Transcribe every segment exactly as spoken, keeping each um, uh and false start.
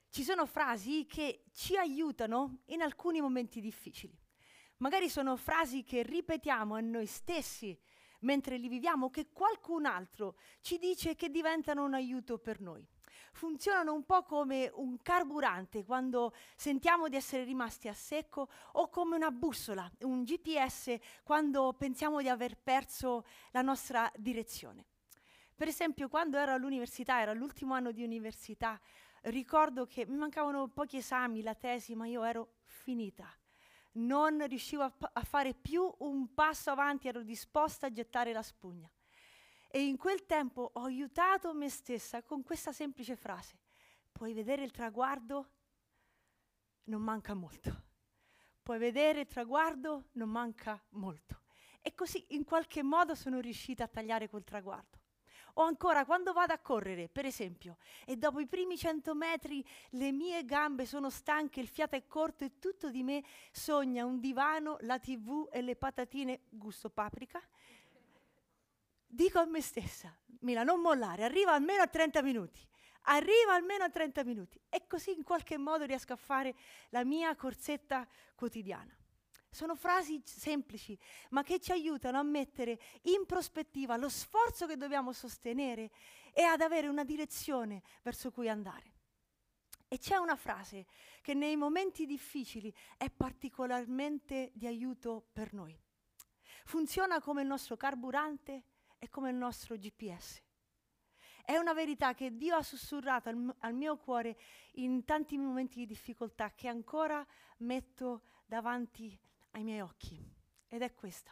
Ci sono frasi che ci aiutano in alcuni momenti difficili. Magari sono frasi che ripetiamo a noi stessi mentre li viviamo, che qualcun altro ci dice che diventano un aiuto per noi. Funzionano un po' come un carburante quando sentiamo di essere rimasti a secco, o come una bussola, un G P S quando pensiamo di aver perso la nostra direzione. Per esempio, quando ero all'università, era l'ultimo anno di università, ricordo che mi mancavano pochi esami, la tesi, ma io ero finita. Non riuscivo a, a fare più un passo avanti, ero disposta a gettare la spugna. E in quel tempo ho aiutato me stessa con questa semplice frase: puoi vedere il traguardo? Non manca molto. Puoi vedere il traguardo? Non manca molto. E così in qualche modo sono riuscita a tagliare quel traguardo. O ancora, quando vado a correre, per esempio, e dopo i primi cento metri le mie gambe sono stanche, il fiato è corto e tutto di me sogna un divano, la tivù e le patatine gusto paprika, dico a me stessa: Mila, non mollare, arriva almeno a trenta minuti, arriva almeno a trenta minuti. E così in qualche modo riesco a fare la mia corsetta quotidiana. Sono frasi semplici, ma che ci aiutano a mettere in prospettiva lo sforzo che dobbiamo sostenere e ad avere una direzione verso cui andare. E c'è una frase che nei momenti difficili è particolarmente di aiuto per noi. Funziona come il nostro carburante e come il nostro G P S. È una verità che Dio ha sussurrato al, m- al mio cuore in tanti momenti di difficoltà, che ancora metto davanti ai miei occhi, ed è questa: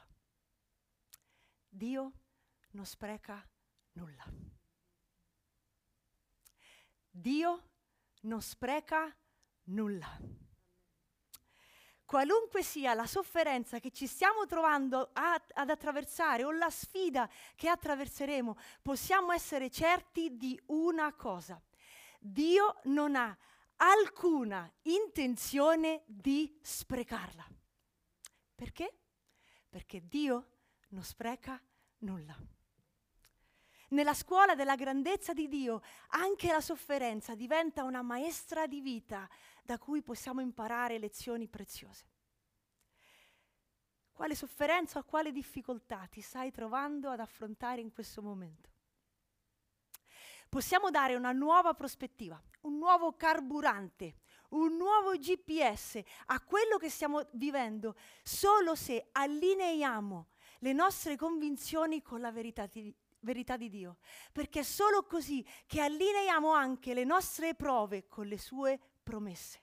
Dio non spreca nulla. Dio non spreca nulla. Qualunque sia la sofferenza che ci stiamo trovando a, ad attraversare, o la sfida che attraverseremo, possiamo essere certi di una cosa: Dio non ha alcuna intenzione di sprecarla. Perché? Perché Dio non spreca nulla. Nella scuola della grandezza di Dio, anche la sofferenza diventa una maestra di vita da cui possiamo imparare lezioni preziose. Quale sofferenza o quale difficoltà ti stai trovando ad affrontare in questo momento? Possiamo dare una nuova prospettiva, un nuovo carburante, un nuovo G P S a quello che stiamo vivendo, solo se allineiamo le nostre convinzioni con la verità di, verità di Dio. Perché è solo così che allineiamo anche le nostre prove con le sue promesse.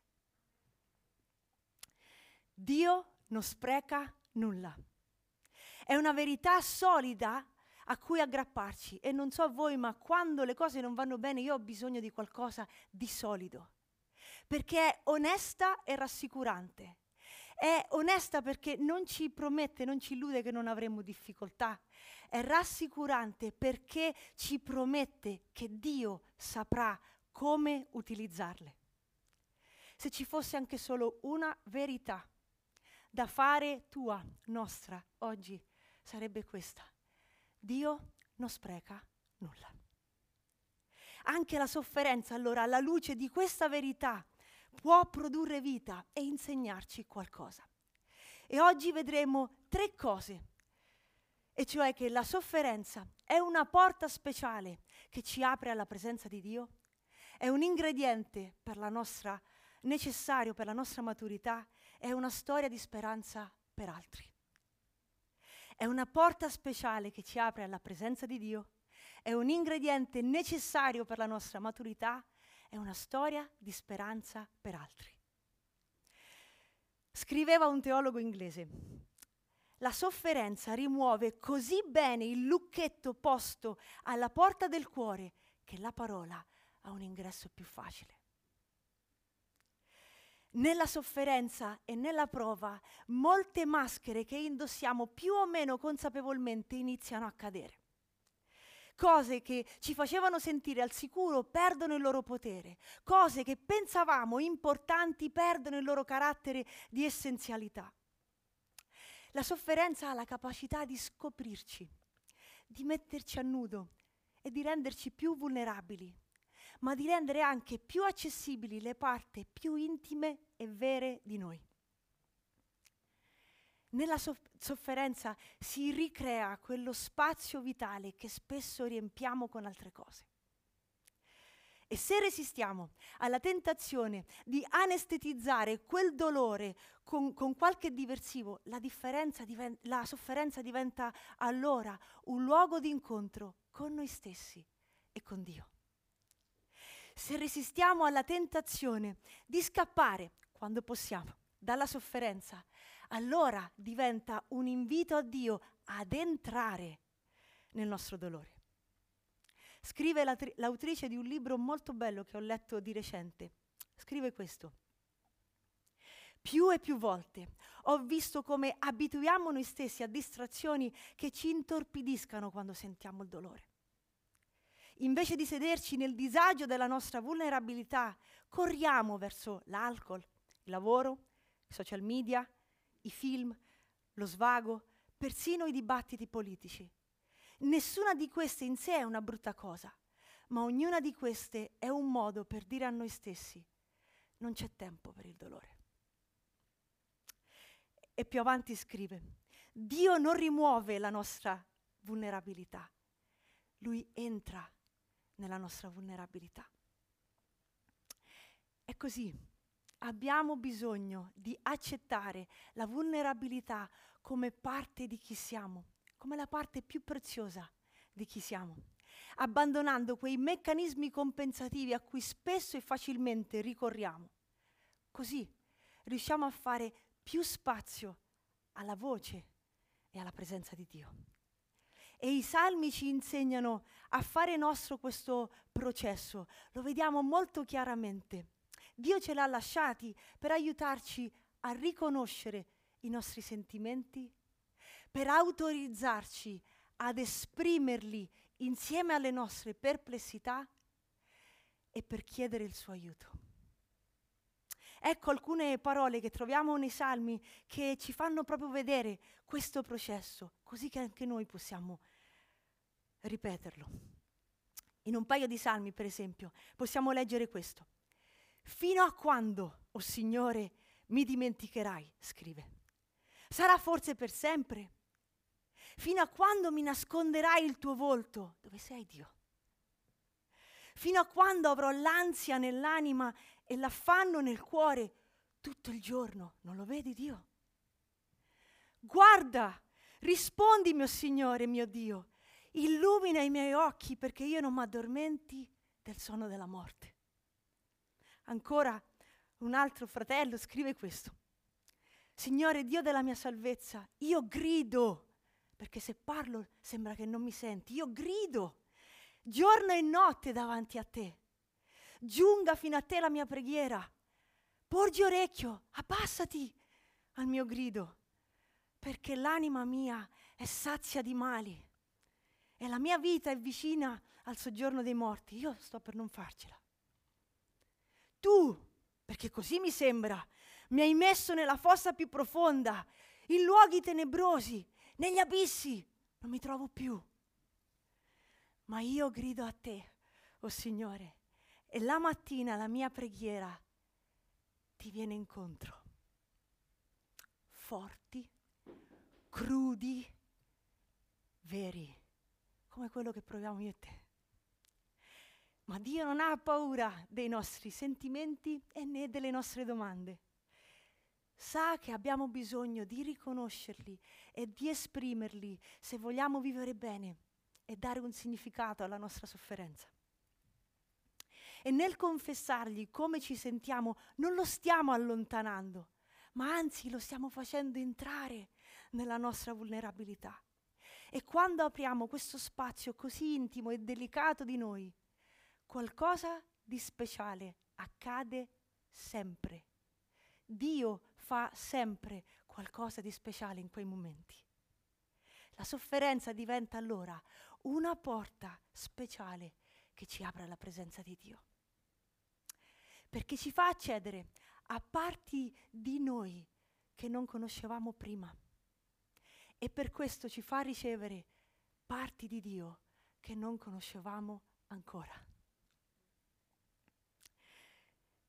Dio non spreca nulla. È una verità solida a cui aggrapparci, e non so voi, ma quando le cose non vanno bene io ho bisogno di qualcosa di solido, perché è onesta e rassicurante. È onesta perché non ci promette, non ci illude che non avremo difficoltà. È rassicurante perché ci promette che Dio saprà come utilizzarle. Se ci fosse anche solo una verità da fare tua, nostra, oggi, sarebbe questa: Dio non spreca nulla. Anche la sofferenza, allora, alla luce di questa verità, può produrre vita e insegnarci qualcosa. E oggi vedremo tre cose, e cioè che la sofferenza è una porta speciale che ci apre alla presenza di Dio, è un ingrediente per la nostra, necessario per la nostra maturità, è una storia di speranza per altri. È una porta speciale che ci apre alla presenza di Dio, è un ingrediente necessario per la nostra maturità, è una storia di speranza per altri. Scriveva un teologo inglese: la sofferenza rimuove così bene il lucchetto posto alla porta del cuore che la parola ha un ingresso più facile. Nella sofferenza e nella prova, molte maschere che indossiamo più o meno consapevolmente iniziano a cadere. Cose che ci facevano sentire al sicuro perdono il loro potere. Cose che pensavamo importanti perdono il loro carattere di essenzialità. La sofferenza ha la capacità di scoprirci, di metterci a nudo e di renderci più vulnerabili. ma di rendere anche più accessibili le parti più intime e vere di noi. Nella soff- sofferenza si ricrea quello spazio vitale che spesso riempiamo con altre cose. E se resistiamo alla tentazione di anestetizzare quel dolore con, con qualche diversivo, la, differenza diven- la sofferenza diventa allora un luogo di incontro con noi stessi e con Dio. Se resistiamo alla tentazione di scappare, quando possiamo, dalla sofferenza, allora diventa un invito a Dio ad entrare nel nostro dolore. Scrive l'autri- l'autrice di un libro molto bello che ho letto di recente. Scrive questo. Più e più volte ho visto come abituiamo noi stessi a distrazioni che ci intorpidiscano quando sentiamo il dolore. Invece di sederci nel disagio della nostra vulnerabilità, corriamo verso l'alcol, il lavoro, i social media, i film, lo svago, persino i dibattiti politici. Nessuna di queste in sé è una brutta cosa, ma ognuna di queste è un modo per dire a noi stessi: non c'è tempo per il dolore. E più avanti scrive: Dio non rimuove la nostra vulnerabilità, Lui entra nella nostra vulnerabilità. È così, abbiamo bisogno di accettare la vulnerabilità come parte di chi siamo, come la parte più preziosa di chi siamo, abbandonando quei meccanismi compensativi a cui spesso e facilmente ricorriamo. Così riusciamo a fare più spazio alla voce e alla presenza di Dio. E i salmi ci insegnano a fare nostro questo processo. Lo vediamo molto chiaramente. Dio ce l'ha lasciati per aiutarci a riconoscere i nostri sentimenti, per autorizzarci ad esprimerli insieme alle nostre perplessità e per chiedere il suo aiuto. Ecco alcune parole che troviamo nei Salmi che ci fanno proprio vedere questo processo, così che anche noi possiamo ripeterlo. In un paio di Salmi, per esempio, possiamo leggere questo. Fino a quando, o Signore, mi dimenticherai, scrive. Sarà forse per sempre? Fino a quando mi nasconderai il tuo volto? Dove sei, Dio? Fino a quando avrò l'ansia nell'anima e l'affanno nel cuore tutto il giorno? Non lo vedi, Dio? Guarda, rispondimi, o Signore mio Dio, illumina i miei occhi perché io non mi addormenti del sonno della morte. Ancora un altro fratello scrive questo. Signore Dio della mia salvezza, io grido, perché se parlo sembra che non mi senti, io grido giorno e notte davanti a te. Giunga fino a te la mia preghiera. Porgi orecchio, abbassati al mio grido, perché l'anima mia è sazia di mali e la mia vita è vicina al soggiorno dei morti. Io sto per non farcela. Tu, perché così mi sembra, mi hai messo nella fossa più profonda, in luoghi tenebrosi, negli abissi. Non mi trovo più. Ma io grido a te, o Signore, e la mattina la mia preghiera ti viene incontro. Forti, crudi, veri, come quello che proviamo io e te. Ma Dio non ha paura dei nostri sentimenti e né delle nostre domande. Sa che abbiamo bisogno di riconoscerli e di esprimerli se vogliamo vivere bene e dare un significato alla nostra sofferenza. E nel confessargli come ci sentiamo non lo stiamo allontanando, ma anzi lo stiamo facendo entrare nella nostra vulnerabilità. E quando apriamo questo spazio così intimo e delicato di noi, qualcosa di speciale accade sempre. Dio fa sempre qualcosa di speciale in quei momenti. La sofferenza diventa allora una porta speciale che ci apre alla presenza di Dio. Perché ci fa accedere a parti di noi che non conoscevamo prima. E per questo ci fa ricevere parti di Dio che non conoscevamo ancora.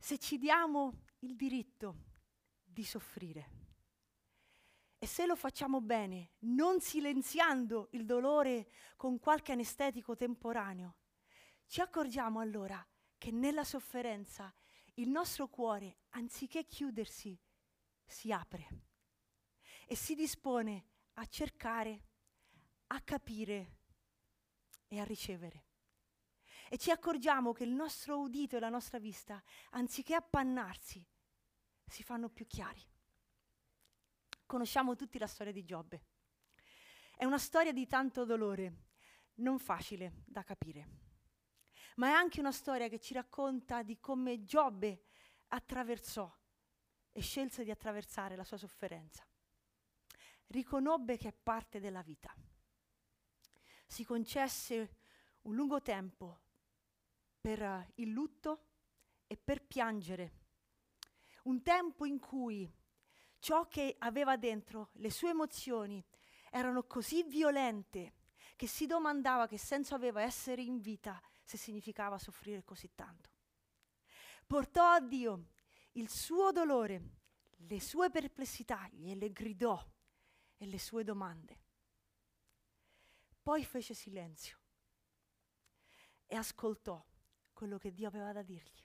se ci diamo il diritto di soffrire e se lo facciamo bene, non silenziando il dolore con qualche anestetico temporaneo, ci accorgiamo allora che nella sofferenza il nostro cuore, anziché chiudersi, si apre e si dispone a cercare, a capire e a ricevere. E ci accorgiamo che il nostro udito e la nostra vista, anziché appannarsi, si fanno più chiari. Conosciamo tutti la storia di Giobbe. È una storia di tanto dolore, non facile da capire, ma è anche una storia che ci racconta di come Giobbe attraversò e scelse di attraversare la sua sofferenza. Riconobbe che è parte della vita. Si concesse un lungo tempo per uh, il lutto e per piangere. Un tempo in cui ciò che aveva dentro, le sue emozioni, erano così violente che si domandava che senso aveva essere in vita se significava soffrire così tanto. Portò a Dio il suo dolore, le sue perplessità, gliele gridò e le sue domande. Poi fece silenzio e ascoltò quello che Dio aveva da dirgli.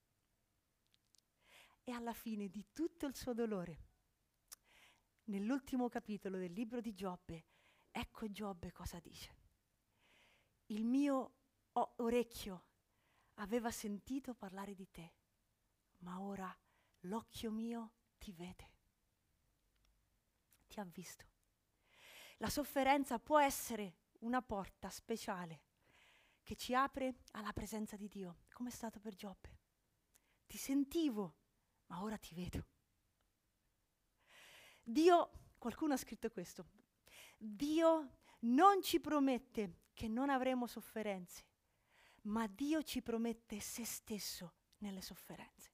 E alla fine di tutto il suo dolore, nell'ultimo capitolo del libro di Giobbe, ecco Giobbe cosa dice. Il mio o- orecchio aveva sentito parlare di te, ma ora l'occhio mio ti vede, ti ha visto. La sofferenza può essere una porta speciale che ci apre alla presenza di Dio, come è stato per Giobbe. Ti sentivo, ma ora ti vedo. Dio, qualcuno ha scritto questo, Dio non ci promette che non avremo sofferenze, ma Dio ci promette se stesso nelle sofferenze.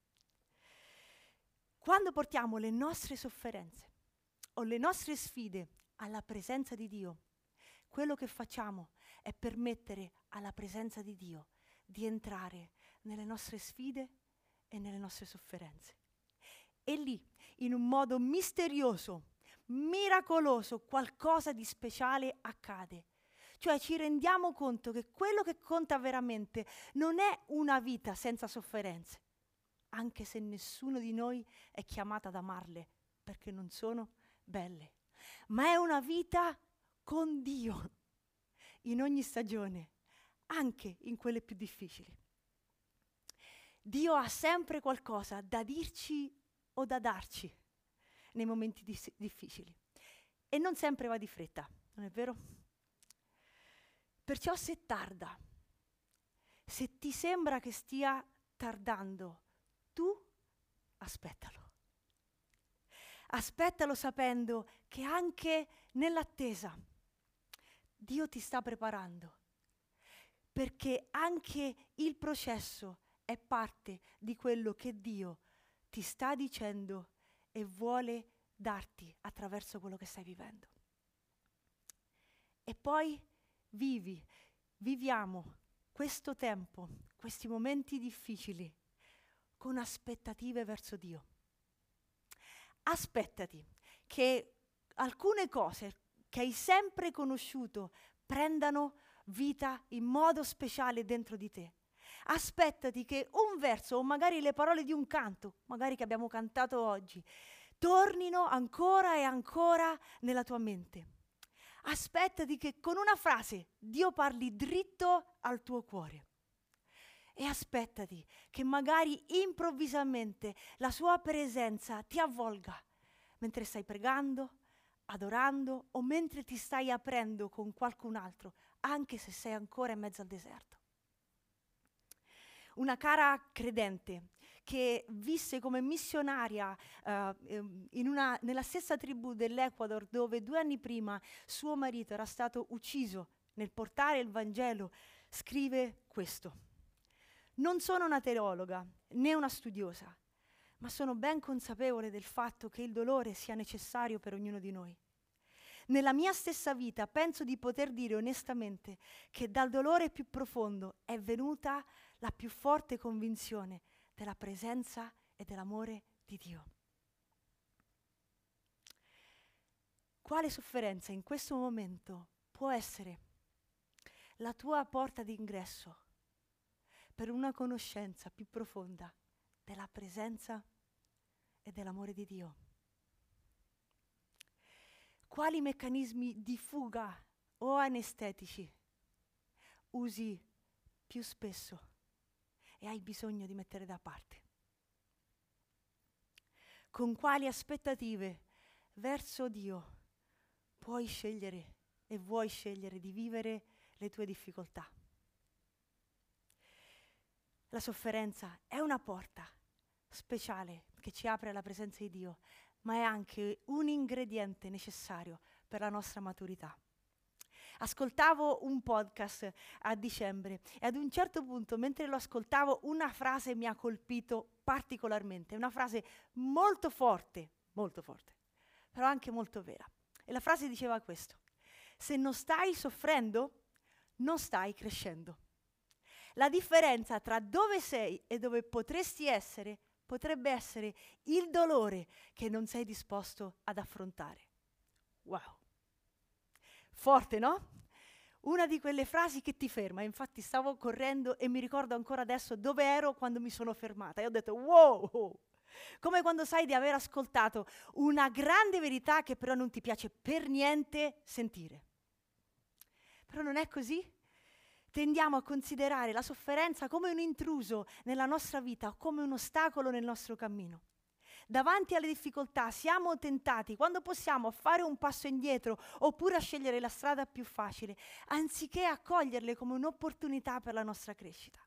Quando portiamo le nostre sofferenze o le nostre sfide alla presenza di Dio, quello che facciamo è permettere alla presenza di Dio di entrare nelle nostre sfide e nelle nostre sofferenze. E lì, in un modo misterioso, miracoloso, qualcosa di speciale accade. Cioè ci rendiamo conto che quello che conta veramente non è una vita senza sofferenze, anche se nessuno di noi è chiamato ad amarle, perché non sono belle, ma è una vita con Dio, in ogni stagione, anche in quelle più difficili. Dio ha sempre qualcosa da dirci o da darci nei momenti dis- difficili. E non sempre va di fretta, non è vero? Perciò se tarda, se ti sembra che stia tardando, tu aspettalo. Aspettalo sapendo che anche nell'attesa Dio ti sta preparando, perché anche il processo è parte di quello che Dio ti sta dicendo e vuole darti attraverso quello che stai vivendo. E poi vivi, viviamo questo tempo, questi momenti difficili, con aspettative verso Dio. Aspettati che alcune cose che hai sempre conosciuto prendano vita in modo speciale dentro di te. Aspettati che un verso o magari le parole di un canto, magari che abbiamo cantato oggi, tornino ancora e ancora nella tua mente. Aspettati che con una frase Dio parli dritto al tuo cuore. E aspettati che magari improvvisamente la sua presenza ti avvolga mentre stai pregando, adorando o mentre ti stai aprendo con qualcun altro, anche se sei ancora in mezzo al deserto. Una cara credente che visse come missionaria uh, in una, nella stessa tribù dell'Ecuador dove due anni prima suo marito era stato ucciso nel portare il Vangelo, scrive questo. Non sono una teologa né una studiosa, ma sono ben consapevole del fatto che il dolore sia necessario per ognuno di noi. Nella mia stessa vita penso di poter dire onestamente che dal dolore più profondo è venuta la più forte convinzione della presenza e dell'amore di Dio. Quale sofferenza in questo momento può essere la tua porta d'ingresso per una conoscenza più profonda della presenza e dell'amore di Dio? Quali meccanismi di fuga o anestetici usi più spesso e hai bisogno di mettere da parte? Con quali aspettative verso Dio puoi scegliere e vuoi scegliere di vivere le tue difficoltà? La sofferenza è una porta speciale che ci apre alla presenza di Dio, ma è anche un ingrediente necessario per la nostra maturità. Ascoltavo un podcast a dicembre e ad un certo punto, mentre lo ascoltavo, una frase mi ha colpito particolarmente, una frase molto forte, molto forte, però anche molto vera. E la frase diceva questo: se non stai soffrendo, non stai crescendo. La differenza tra dove sei e dove potresti essere potrebbe essere il dolore che non sei disposto ad affrontare. Wow! Forte, no? Una di quelle frasi che ti ferma. Infatti stavo correndo e mi ricordo ancora adesso dove ero quando mi sono fermata. E ho detto, wow! Come quando sai di aver ascoltato una grande verità che però non ti piace per niente sentire. Però non è così. Tendiamo a considerare la sofferenza come un intruso nella nostra vita, come un ostacolo nel nostro cammino. Davanti alle difficoltà siamo tentati, quando possiamo, a fare un passo indietro oppure a scegliere la strada più facile, anziché accoglierle come un'opportunità per la nostra crescita.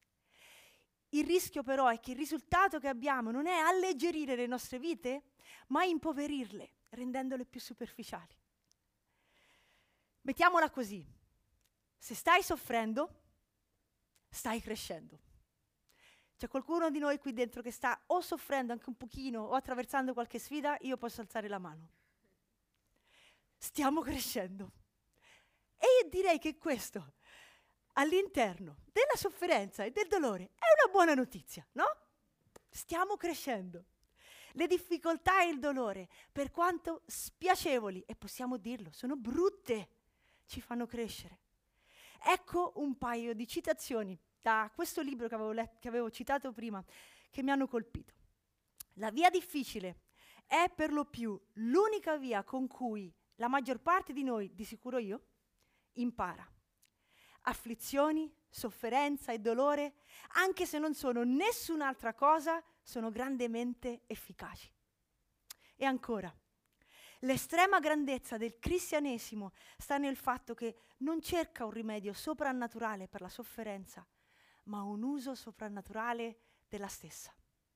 Il rischio però è che il risultato che abbiamo non è alleggerire le nostre vite, ma impoverirle, rendendole più superficiali. Mettiamola così: se stai soffrendo, stai crescendo. C'è qualcuno di noi qui dentro che sta o soffrendo anche un pochino o attraversando qualche sfida? Io posso alzare la mano. Stiamo crescendo. E io direi che questo, all'interno della sofferenza e del dolore, è una buona notizia, no? Stiamo crescendo. Le difficoltà e il dolore, per quanto spiacevoli, e possiamo dirlo, sono brutte, ci fanno crescere. Ecco un paio di citazioni da questo libro che avevo, let- che avevo citato prima, che mi hanno colpito. La via difficile è per lo più l'unica via con cui la maggior parte di noi, di sicuro io, impara. Afflizioni, sofferenza e dolore, anche se non sono nessun'altra cosa, sono grandemente efficaci. E ancora, l'estrema grandezza del cristianesimo sta nel fatto che non cerca un rimedio soprannaturale per la sofferenza, ma un uso soprannaturale della stessa.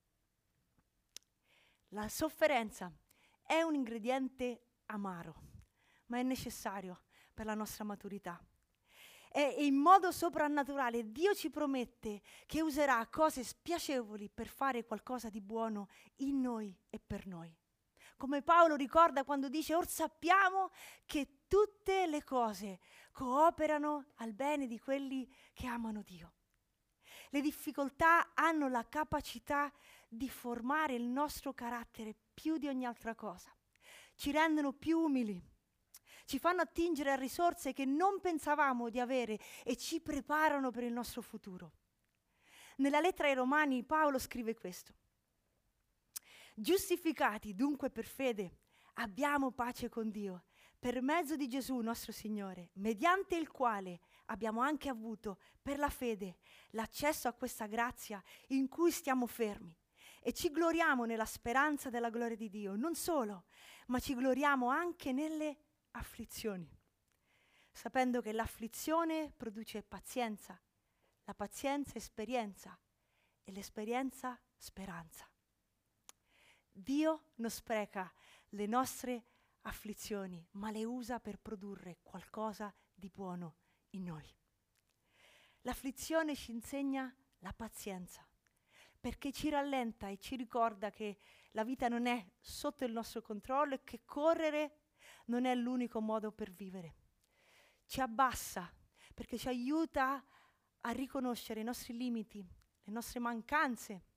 La sofferenza è un ingrediente amaro, ma è necessario per la nostra maturità. E in modo soprannaturale Dio ci promette che userà cose spiacevoli per fare qualcosa di buono in noi e per noi. Come Paolo ricorda quando dice: or sappiamo che tutte le cose cooperano al bene di quelli che amano Dio. Le difficoltà hanno la capacità di formare il nostro carattere più di ogni altra cosa. Ci rendono più umili, ci fanno attingere a risorse che non pensavamo di avere e ci preparano per il nostro futuro. Nella lettera ai Romani Paolo scrive questo: giustificati dunque per fede, abbiamo pace con Dio, per mezzo di Gesù nostro Signore, mediante il quale abbiamo anche avuto, per la fede, l'accesso a questa grazia in cui stiamo fermi e ci gloriamo nella speranza della gloria di Dio. Non solo, ma ci gloriamo anche nelle afflizioni, sapendo che l'afflizione produce pazienza, la pazienza esperienza e l'esperienza speranza. Dio non spreca le nostre afflizioni, ma le usa per produrre qualcosa di buono in noi. L'afflizione ci insegna la pazienza, perché ci rallenta e ci ricorda che la vita non è sotto il nostro controllo e che correre non è l'unico modo per vivere. Ci abbassa, perché ci aiuta a riconoscere i nostri limiti, le nostre mancanze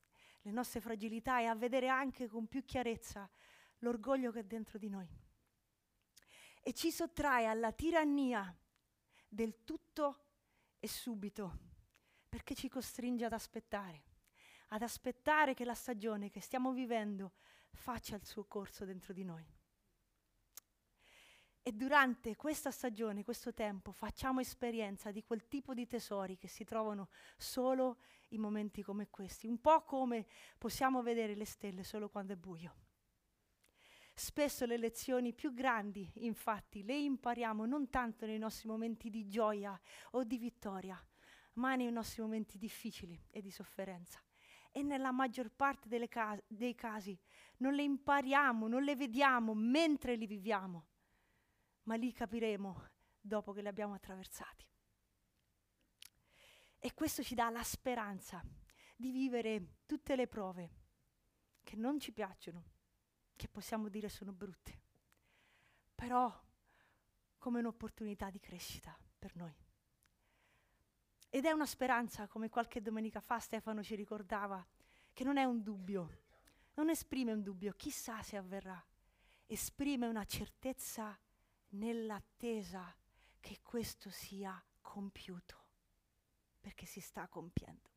le nostre fragilità e a vedere anche con più chiarezza l'orgoglio che è dentro di noi. E ci sottrae alla tirannia del tutto e subito, perché ci costringe ad aspettare, ad aspettare che la stagione che stiamo vivendo faccia il suo corso dentro di noi. E durante questa stagione, questo tempo, facciamo esperienza di quel tipo di tesori che si trovano solo in momenti come questi, un po' come possiamo vedere le stelle solo quando è buio. Spesso le lezioni più grandi, infatti, le impariamo non tanto nei nostri momenti di gioia o di vittoria, ma nei nostri momenti difficili e di sofferenza. E nella maggior parte delle cas- dei casi non le impariamo, non le vediamo mentre li viviamo, ma li capiremo dopo che li abbiamo attraversati. E questo ci dà la speranza di vivere tutte le prove che non ci piacciono, che possiamo dire sono brutte, però come un'opportunità di crescita per noi. Ed è una speranza, come qualche domenica fa Stefano ci ricordava, che non è un dubbio, non esprime un dubbio, chissà se avverrà, esprime una certezza nell'attesa che questo sia compiuto, perché si sta compiendo.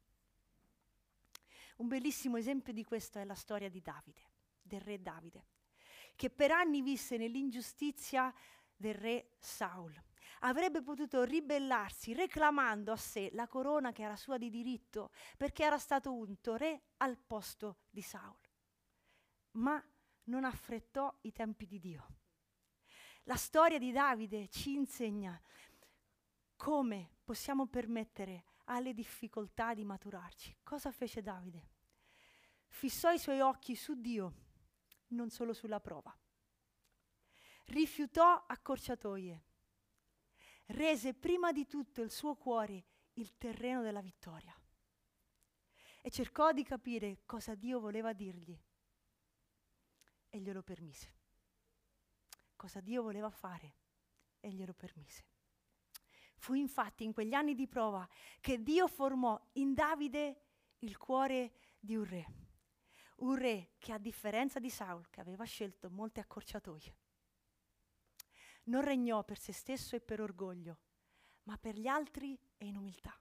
Un bellissimo esempio di questo è la storia di Davide, del re Davide, che per anni visse nell'ingiustizia del re Saul. Avrebbe potuto ribellarsi reclamando a sé la corona che era sua di diritto, perché era stato unto re al posto di Saul. Ma non affrettò i tempi di Dio. La storia di Davide ci insegna come possiamo permettere alle difficoltà di maturarci. Cosa fece Davide? Fissò i suoi occhi su Dio, non solo sulla prova. Rifiutò accorciatoie. Rese prima di tutto il suo cuore il terreno della vittoria. E cercò di capire cosa Dio voleva dirgli. E glielo permise. Cosa Dio voleva fare. E glielo permise. Fu infatti in quegli anni di prova che Dio formò in Davide il cuore di un re. Un re che, a differenza di Saul, che aveva scelto molte accorciatoie, non regnò per se stesso e per orgoglio, ma per gli altri e in umiltà.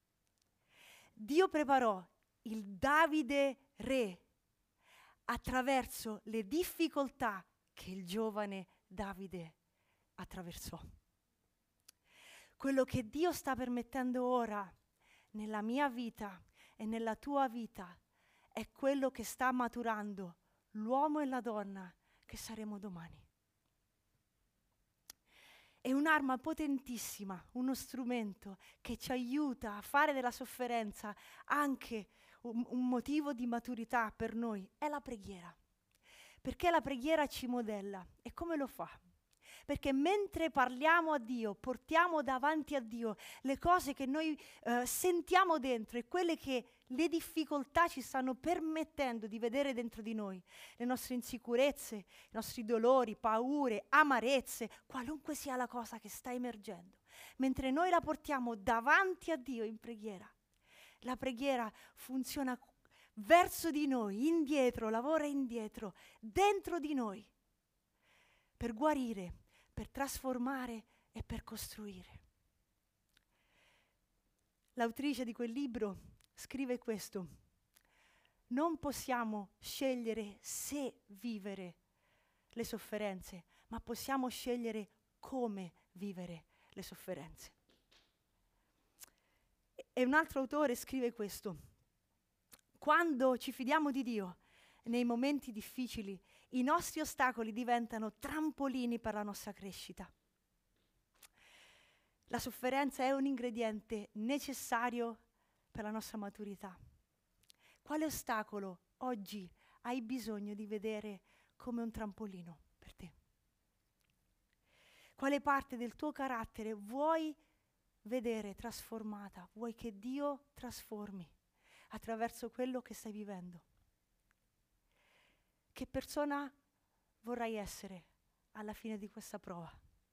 Dio preparò il Davide re attraverso le difficoltà che il giovane Davide attraversò. Quello che Dio sta permettendo ora nella mia vita e nella tua vita è quello che sta maturando l'uomo e la donna che saremo domani. È un'arma potentissima, uno strumento che ci aiuta a fare della sofferenza anche un, un motivo di maturità per noi, è la preghiera. Perché la preghiera ci modella. E come lo fa? Perché mentre parliamo a Dio, portiamo davanti a Dio le cose che noi eh, sentiamo dentro e quelle che le difficoltà ci stanno permettendo di vedere dentro di noi, le nostre insicurezze, i nostri dolori, paure, amarezze, qualunque sia la cosa che sta emergendo. Mentre noi la portiamo davanti a Dio in preghiera, la preghiera funziona verso di noi, indietro, lavora indietro, dentro di noi, per guarire, per trasformare e per costruire. L'autrice di quel libro scrive questo: non possiamo scegliere se vivere le sofferenze, ma possiamo scegliere come vivere le sofferenze. E, e un altro autore scrive questo: quando ci fidiamo di Dio nei momenti difficili, i nostri ostacoli diventano trampolini per la nostra crescita. La sofferenza è un ingrediente necessario per la nostra maturità. Quale ostacolo oggi hai bisogno di vedere come un trampolino per te? Quale parte del tuo carattere vuoi vedere trasformata? Vuoi che Dio trasformi attraverso quello che stai vivendo? Che persona vorrai essere alla fine di questa prova?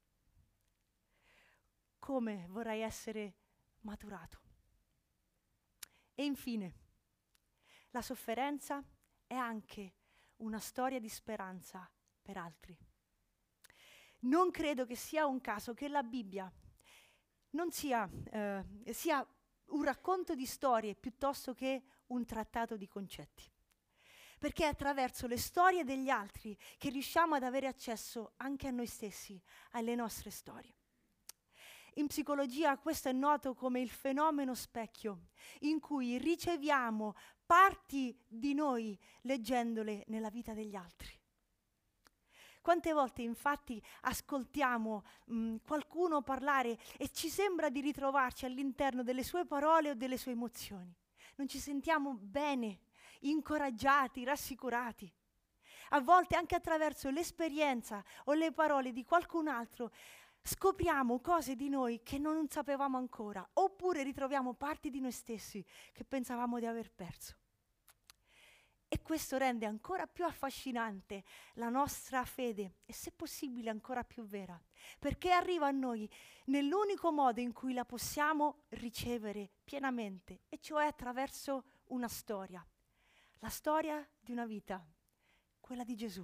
Come vorrai essere maturato? E infine, La sofferenza è anche una storia di speranza per altri. Non credo che sia un caso che la Bibbia non sia, eh, sia un racconto di storie piuttosto che un trattato di concetti. Perché è attraverso le storie degli altri che riusciamo ad avere accesso anche a noi stessi, alle nostre storie. In psicologia questo è noto come il fenomeno specchio, in cui riceviamo parti di noi leggendole nella vita degli altri. Quante volte infatti ascoltiamo mh, qualcuno parlare e ci sembra di ritrovarci all'interno delle sue parole o delle sue emozioni. Non ci sentiamo bene, incoraggiati, rassicurati. A volte anche attraverso l'esperienza o le parole di qualcun altro scopriamo cose di noi che non sapevamo ancora, oppure ritroviamo parti di noi stessi che pensavamo di aver perso. E questo rende ancora più affascinante la nostra fede e, se possibile, ancora più vera, perché arriva a noi nell'unico modo in cui la possiamo ricevere pienamente, e cioè attraverso una storia, la storia di una vita, quella di Gesù,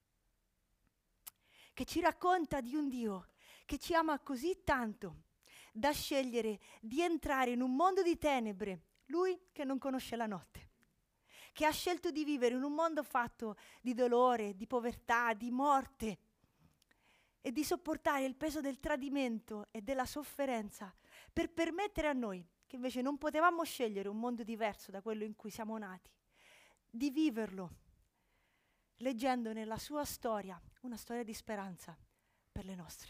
che ci racconta di un Dio che ci ama così tanto da scegliere di entrare in un mondo di tenebre, lui che non conosce la notte, che ha scelto di vivere in un mondo fatto di dolore, di povertà, di morte e di sopportare il peso del tradimento e della sofferenza per permettere a noi, che invece non potevamo scegliere un mondo diverso da quello in cui siamo nati, di viverlo, leggendo nella sua storia una storia di speranza per le nostre.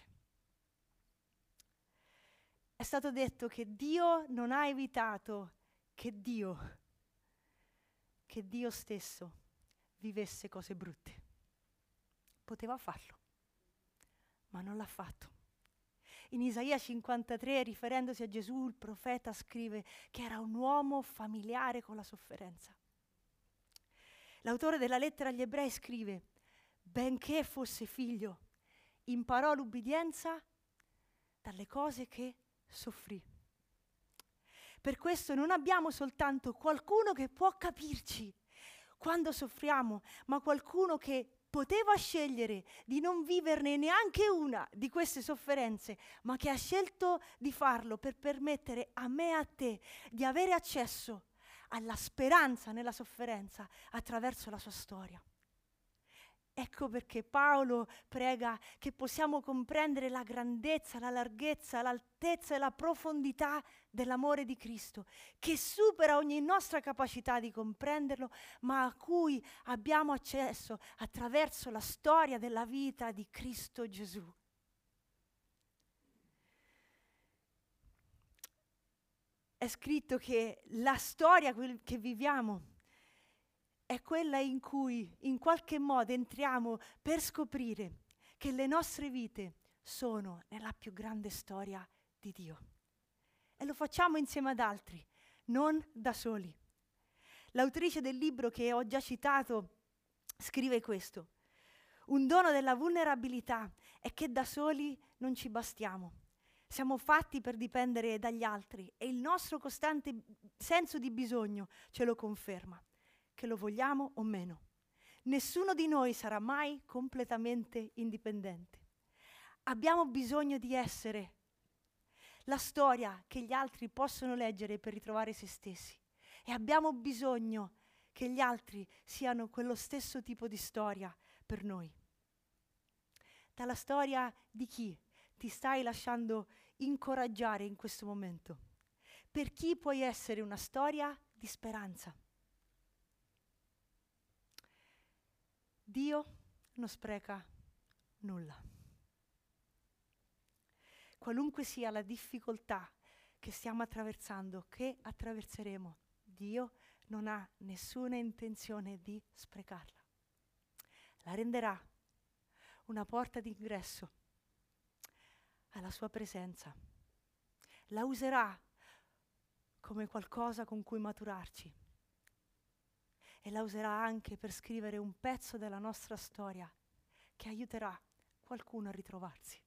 È stato detto che Dio non ha evitato che Dio, che Dio stesso vivesse cose brutte. Poteva farlo, ma non l'ha fatto. In Isaia cinquantatré, riferendosi a Gesù, il profeta scrive che era un uomo familiare con la sofferenza. L'autore della lettera agli Ebrei scrive: benché fosse figlio, imparò l'ubbidienza dalle cose che soffrì. Per questo non abbiamo soltanto qualcuno che può capirci quando soffriamo, ma qualcuno che poteva scegliere di non viverne neanche una di queste sofferenze, ma che ha scelto di farlo per permettere a me e a te di avere accesso alla speranza nella sofferenza attraverso la sua storia. Ecco perché Paolo prega che possiamo comprendere la grandezza, la larghezza, l'altezza e la profondità dell'amore di Cristo, che supera ogni nostra capacità di comprenderlo, ma a cui abbiamo accesso attraverso la storia della vita di Cristo Gesù. È scritto che la storia che viviamo è quella in cui in qualche modo entriamo per scoprire che le nostre vite sono nella più grande storia di Dio. E lo facciamo insieme ad altri, non da soli. L'autrice del libro che ho già citato scrive questo: un dono della vulnerabilità è che da soli non ci bastiamo. Siamo fatti per dipendere dagli altri e il nostro costante senso di bisogno ce lo conferma, che lo vogliamo o meno. Nessuno di noi sarà mai completamente indipendente. Abbiamo bisogno di essere la storia che gli altri possono leggere per ritrovare se stessi, e abbiamo bisogno che gli altri siano quello stesso tipo di storia per noi. Dalla storia di chi ti stai lasciando incoraggiare in questo momento? Per chi puoi essere una storia di speranza? Dio non spreca nulla. Qualunque sia la difficoltà che stiamo attraversando, che attraverseremo, Dio non ha nessuna intenzione di sprecarla. La renderà una porta d'ingresso alla sua presenza. La userà come qualcosa con cui maturarci. E la userà anche per scrivere un pezzo della nostra storia che aiuterà qualcuno a ritrovarsi.